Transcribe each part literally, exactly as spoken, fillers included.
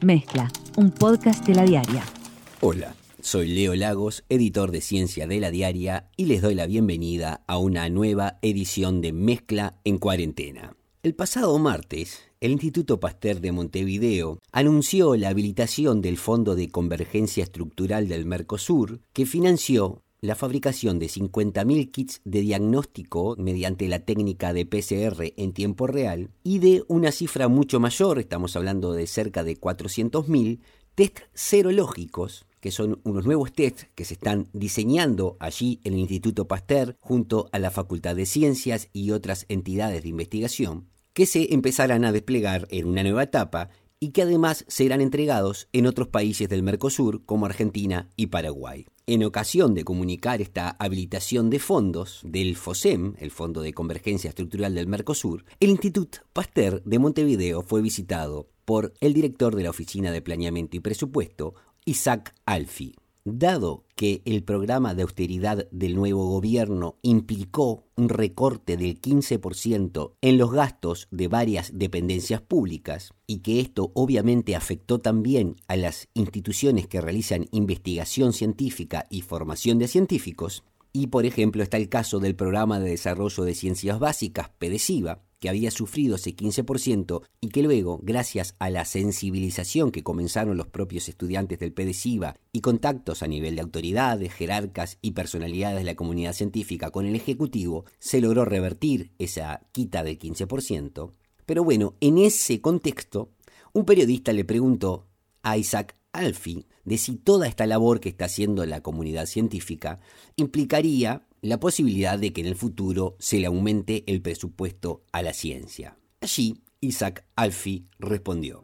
Mezcla, un podcast de La Diaria. Hola, soy Leo Lagos, editor de Ciencia de La Diaria, y les doy la bienvenida a una nueva edición de Mezcla en Cuarentena. El pasado martes, el Instituto Pasteur de Montevideo anunció la habilitación del Fondo de Convergencia Estructural del Mercosur, que financió la fabricación de cincuenta mil kits de diagnóstico mediante la técnica de P C R en tiempo real y de una cifra mucho mayor, estamos hablando de cerca de cuatrocientos mil, test serológicos, que son unos nuevos test que se están diseñando allí en el Instituto Pasteur junto a la Facultad de Ciencias y otras entidades de investigación, que se empezarán a desplegar en una nueva etapa y que además serán entregados en otros países del Mercosur como Argentina y Paraguay. En ocasión de comunicar esta habilitación de fondos del FOSEM, el Fondo de Convergencia Estructural del Mercosur, el Instituto Pasteur de Montevideo fue visitado por el director de la Oficina de Planeamiento y Presupuesto, Isaac Alfi. Dado que el programa de austeridad del nuevo gobierno implicó un recorte del quince por ciento en los gastos de varias dependencias públicas y que esto obviamente afectó también a las instituciones que realizan investigación científica y formación de científicos, y por ejemplo está el caso del Programa de Desarrollo de Ciencias Básicas, PEDESIVA, que había sufrido ese quince por ciento y que luego, gracias a la sensibilización que comenzaron los propios estudiantes del PEDESIVA y contactos a nivel de autoridades, jerarcas y personalidades de la comunidad científica con el Ejecutivo, se logró revertir esa quita del quince por ciento. Pero bueno, en ese contexto, un periodista le preguntó a Isaac Alfi de si toda esta labor que está haciendo la comunidad científica implicaría la posibilidad de que en el futuro se le aumente el presupuesto a la ciencia. Allí, Isaac Alfi respondió: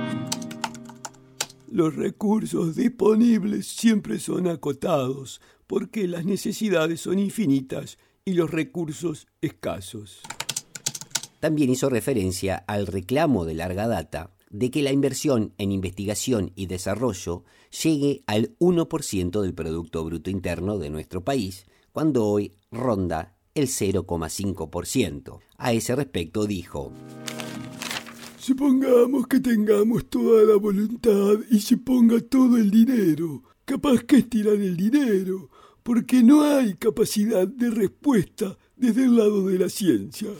Los recursos disponibles siempre son acotados, porque las necesidades son infinitas y los recursos escasos. También hizo referencia al reclamo de larga data de que la inversión en investigación y desarrollo llegue al uno por ciento del Producto Bruto Interno de nuestro país, cuando hoy ronda el cero coma cinco por ciento. A ese respecto dijo: Supongamos que tengamos toda la voluntad y se ponga todo el dinero. Capaz que estirar el dinero, porque no hay capacidad de respuesta desde el lado de la ciencia.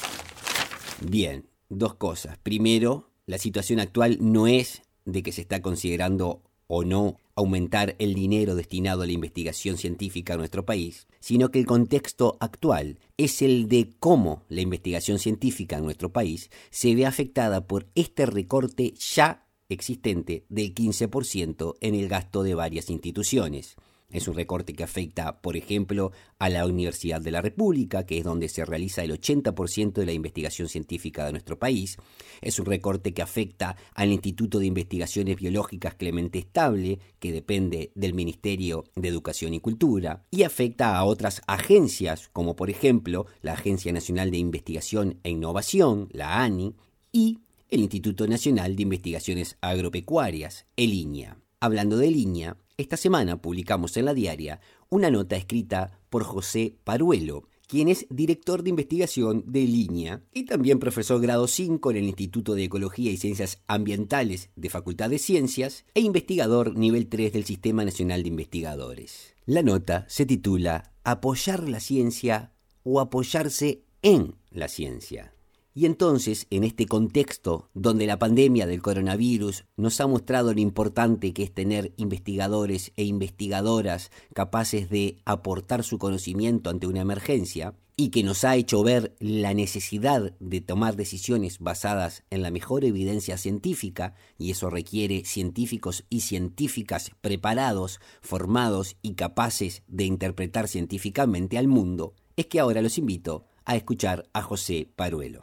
Bien, dos cosas. Primero, la situación actual no es de que se está considerando o no aumentar el dinero destinado a la investigación científica en nuestro país, sino que el contexto actual es el de cómo la investigación científica en nuestro país se ve afectada por este recorte ya existente del quince por ciento en el gasto de varias instituciones. Es un recorte que afecta, por ejemplo, a la Universidad de la República, que es donde se realiza el ochenta por ciento de la investigación científica de nuestro país. Es un recorte que afecta al Instituto de Investigaciones Biológicas Clemente Estable, que depende del Ministerio de Educación y Cultura, y afecta a otras agencias, como por ejemplo la Agencia Nacional de Investigación e Innovación, la ANI, y el Instituto Nacional de Investigaciones Agropecuarias, el INIA. Hablando del INIA, esta semana publicamos en La Diaria una nota escrita por José Paruelo, quien es director de investigación del INIA y también profesor grado cinco en el Instituto de Ecología y Ciencias Ambientales de Facultad de Ciencias e investigador nivel tres del Sistema Nacional de Investigadores. La nota se titula ¿Apoyar la ciencia o apoyarse en la ciencia? Y entonces, en este contexto donde la pandemia del coronavirus nos ha mostrado lo importante que es tener investigadores e investigadoras capaces de aportar su conocimiento ante una emergencia y que nos ha hecho ver la necesidad de tomar decisiones basadas en la mejor evidencia científica, y eso requiere científicos y científicas preparados, formados y capaces de interpretar científicamente al mundo, es que ahora los invito a escuchar a José Paruelo.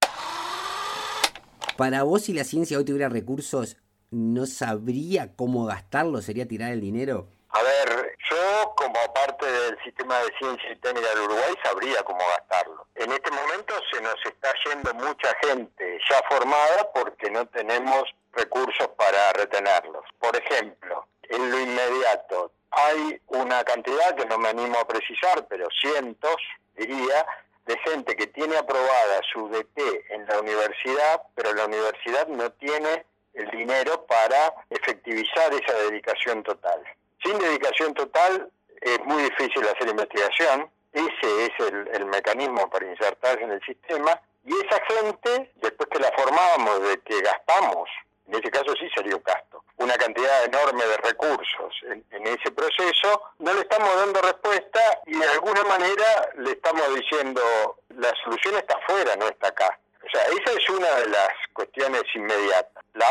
Para vos, si la ciencia hoy tuviera recursos, ¿no sabría cómo gastarlo? ¿Sería tirar el dinero? A ver, yo como parte del sistema de ciencia y técnica del Uruguay sabría cómo gastarlo. En este momento se nos está yendo mucha gente ya formada porque no tenemos recursos para retenerlos. Por ejemplo, en lo inmediato hay una cantidad que no me animo a precisar, pero cientos, diría, de gente que tiene aprobada su D T en la universidad, pero la universidad no tiene el dinero para efectivizar esa dedicación total. Sin dedicación total es muy difícil hacer investigación, ese es el, el mecanismo para insertarse en el sistema, y esa gente, después que la formamos, de que gastamos, en este caso sí sería un gasto, una cantidad enorme de recursos en, en ese proceso, no le estamos dando respuesta y de alguna manera le estamos diciendo la solución está afuera, no está acá. O sea, esa es una de las cuestiones inmediatas. La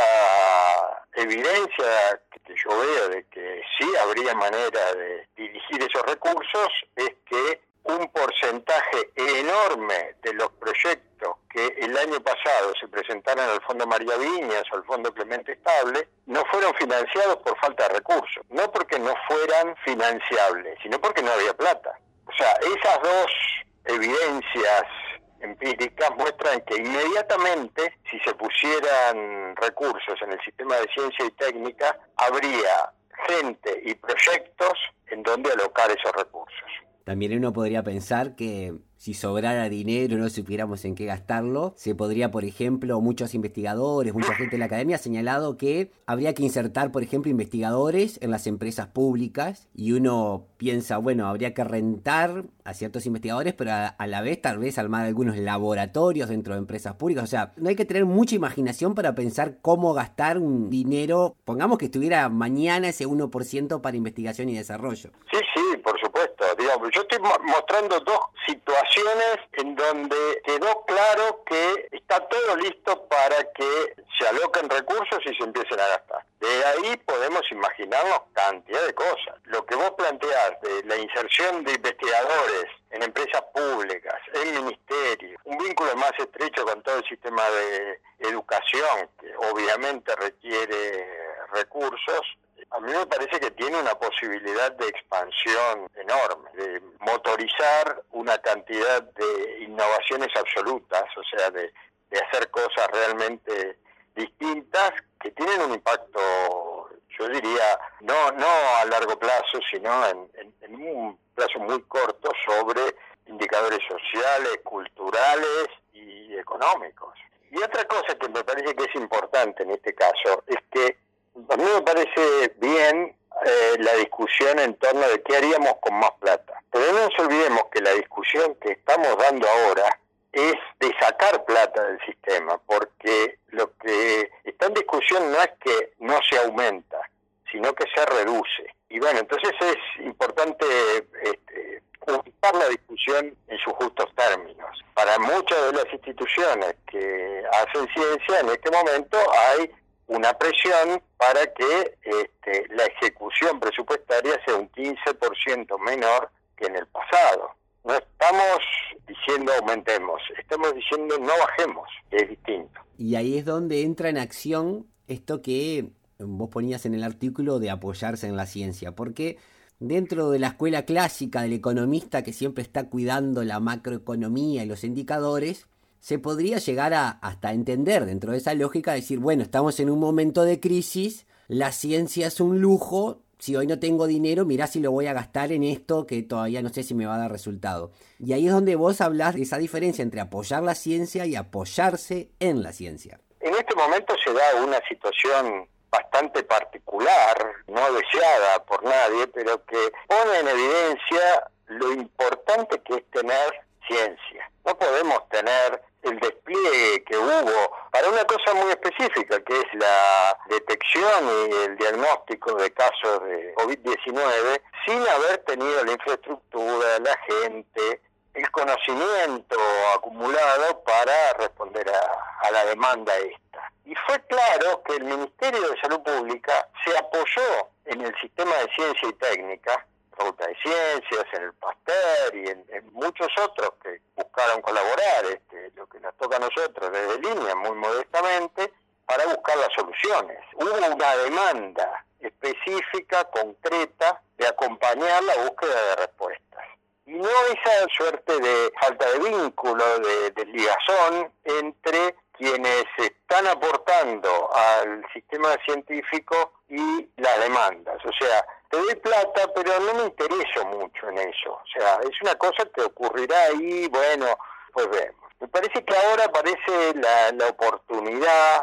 otra evidencia que yo veo de que sí habría manera de dirigir esos recursos es que un porcentaje enorme de los proyectos que el año pasado se presentaron al Fondo María Viñas o al Fondo Clemente Estable no fueron financiados por falta de recursos, no porque no fueran financiables, sino porque no había plata. O sea, esas dos evidencias empíricas muestran que inmediatamente, si se pusieran recursos en el sistema de ciencia y técnica, habría gente y proyectos en donde alocar esos recursos. También uno podría pensar que si sobrara dinero, no supiéramos en qué gastarlo, se podría, por ejemplo, muchos investigadores, mucha gente de la academia ha señalado que habría que insertar, por ejemplo, investigadores en las empresas públicas, y uno piensa, bueno, habría que rentar a ciertos investigadores, pero a, a la vez tal vez armar algunos laboratorios dentro de empresas públicas. O sea, no hay que tener mucha imaginación para pensar cómo gastar un dinero, pongamos que estuviera mañana ese uno por ciento para investigación y desarrollo. Sí, sí, por supuesto. Digamos, yo estoy mostrando dos situaciones en donde quedó claro que está todo listo para que se aloquen recursos y se empiecen a gastar. De ahí podemos imaginarnos cantidad de cosas. Lo que vos planteás de la inserción de investigadores en empresas públicas, en ministerios, un vínculo más estrecho con todo el sistema de educación, que obviamente requiere recursos, a mí me parece que tiene una posibilidad de expansión enorme, de motorizar una cantidad de innovaciones absolutas, o sea, de, de hacer cosas realmente distintas que tienen un impacto, yo diría, no no a largo plazo, sino en, en, en un plazo muy corto sobre indicadores sociales, culturales y económicos. Y otra cosa que me parece que es importante en este caso es que a mí me parece bien eh, la discusión en torno de qué haríamos con más plata. Pero no nos olvidemos que la discusión que estamos dando ahora es de sacar plata del sistema, porque lo que está en discusión no es que no se aumenta, sino que se reduce. Y bueno, entonces es importante este, ubicar la discusión en sus justos términos. Para muchas de las instituciones que hacen ciencia en este momento hay una presión para que este, la ejecución presupuestaria sea un quince por ciento menor que en el pasado. No estamos diciendo aumentemos, estamos diciendo no bajemos, que es distinto. Y ahí es donde entra en acción esto que vos ponías en el artículo de apoyarse en la ciencia, porque dentro de la escuela clásica del economista que siempre está cuidando la macroeconomía y los indicadores, se podría llegar a hasta entender dentro de esa lógica, decir, bueno, estamos en un momento de crisis, la ciencia es un lujo, si hoy no tengo dinero, mirá si lo voy a gastar en esto que todavía no sé si me va a dar resultado. Y ahí es donde vos hablás de esa diferencia entre apoyar la ciencia y apoyarse en la ciencia. En este momento se da una situación bastante particular, no deseada por nadie, pero que pone en evidencia lo importante que es tener ciencia. No podemos tener el despliegue que hubo para una cosa muy específica, que es la detección y el diagnóstico de casos de COVID diecinueve, sin haber tenido la infraestructura, la gente, el conocimiento acumulado para responder a, a la demanda esta. Y fue claro que el Ministerio de Salud Pública se apoyó en el sistema de ciencia y técnica, Facultad de Ciencias, en el Pasteur y en, en muchos otros que buscaron colaborar, este, lo que nos toca a nosotros desde línea, muy modestamente, para buscar las soluciones. Hubo una demanda específica, concreta, de acompañar la búsqueda de respuestas. Y no esa suerte de falta de vínculo, de, de ligazón entre quienes están aportando al sistema científico y las demandas. O sea, te doy plata, pero no me intereso mucho en eso. O sea, es una cosa que ocurrirá ahí, bueno, pues vemos. Me parece que ahora aparece la, la oportunidad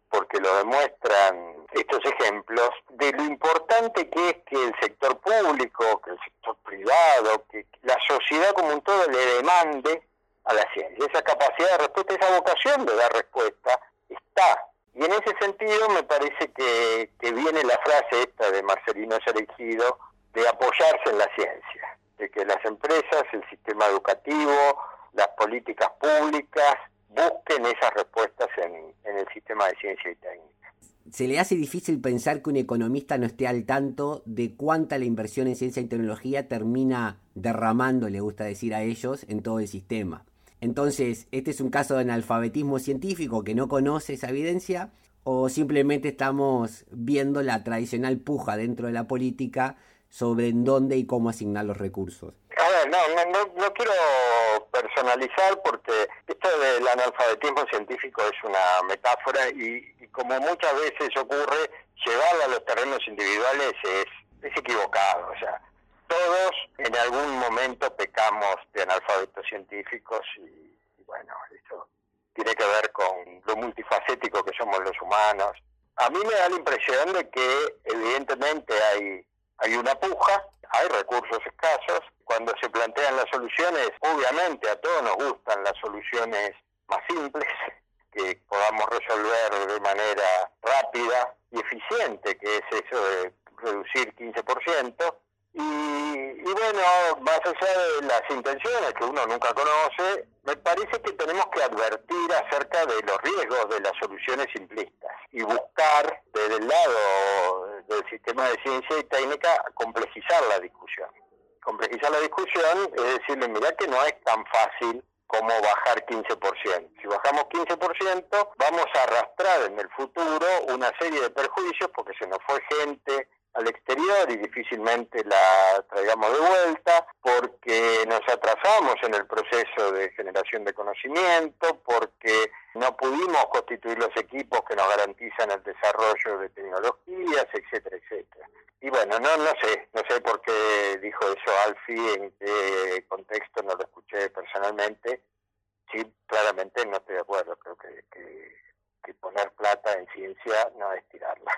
porque lo demuestran estos ejemplos, de lo importante que es que el sector público, que el sector privado, que la sociedad como un todo le demande a la ciencia. Esa capacidad de respuesta, esa vocación de dar respuesta está. Y en ese sentido me parece que, que viene la frase esta de Marcelino Cereijido, de apoyarse en la ciencia, de que las empresas, el sistema educativo, las políticas públicas busquen esas respuestas en, en el sistema de ciencia y técnica. ¿Se le hace difícil pensar que un economista no esté al tanto de cuánta la inversión en ciencia y tecnología termina derramando, le gusta decir a ellos, en todo el sistema? Entonces, ¿este es un caso de analfabetismo científico que no conoce esa evidencia? ¿O simplemente estamos viendo la tradicional puja dentro de la política sobre en dónde y cómo asignar los recursos? A ver, no, no, no, no quiero personalizar porque esto del analfabetismo científico es una metáfora y, y como muchas veces ocurre, llevarlo a los terrenos individuales es, es equivocado. O sea, todos en algún momento pecamos de analfabetos científicos y, y bueno, eso tiene que ver con lo multifacético que somos los humanos. A mí me da la impresión de que evidentemente hay, hay una puja, hay recursos escasos. Cuando se plantean las soluciones, obviamente a todos nos gustan las soluciones más simples, que podamos resolver de manera rápida y eficiente, que es eso de reducir quince por ciento. Y, y bueno, más allá de las intenciones que uno nunca conoce, me parece que tenemos que advertir acerca de los riesgos de las soluciones simplistas y buscar desde el lado del sistema de ciencia y técnica complejizar la discusión. Complejizar la discusión es decirle, mirá que no es tan fácil como bajar quince por ciento. Si bajamos quince por ciento, vamos a arrastrar en el futuro una serie de perjuicios porque se nos fue gente al exterior y difícilmente la traigamos de vuelta, porque nos atrasamos en el proceso de generación de conocimiento, porque no pudimos constituir los equipos que nos garantizan el desarrollo de tecnologías, etcétera, etcétera. Y bueno, no no sé, no sé por qué dijo eso Alfie, en qué contexto, no lo escuché personalmente. Sí, claramente no estoy de acuerdo, creo que, que, que poner plata en ciencia no es tirarla.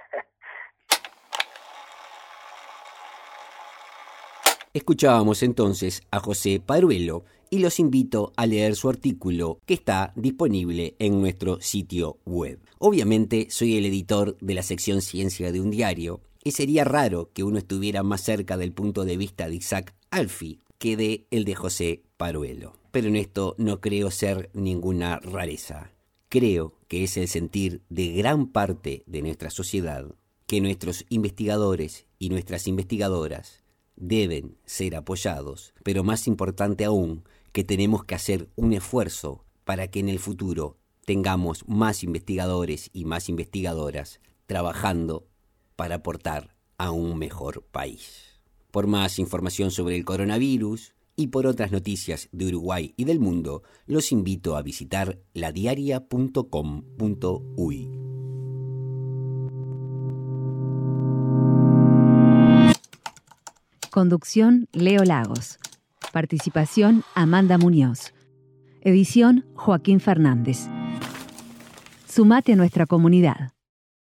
Escuchábamos entonces a José Paruelo y los invito a leer su artículo que está disponible en nuestro sitio web. Obviamente soy el editor de la sección Ciencia de un diario y sería raro que uno estuviera más cerca del punto de vista de Isaac Alfie que de el de José Paruelo. Pero en esto no creo ser ninguna rareza. Creo que es el sentir de gran parte de nuestra sociedad que nuestros investigadores y nuestras investigadoras deben ser apoyados, pero más importante aún, que tenemos que hacer un esfuerzo para que en el futuro tengamos más investigadores y más investigadoras trabajando para aportar a un mejor país. Por más información sobre el coronavirus y por otras noticias de Uruguay y del mundo, los invito a visitar la diaria punto com punto uy. Conducción Leo Lagos. Participación Amanda Muñoz. Edición Joaquín Fernández. Sumate a nuestra comunidad.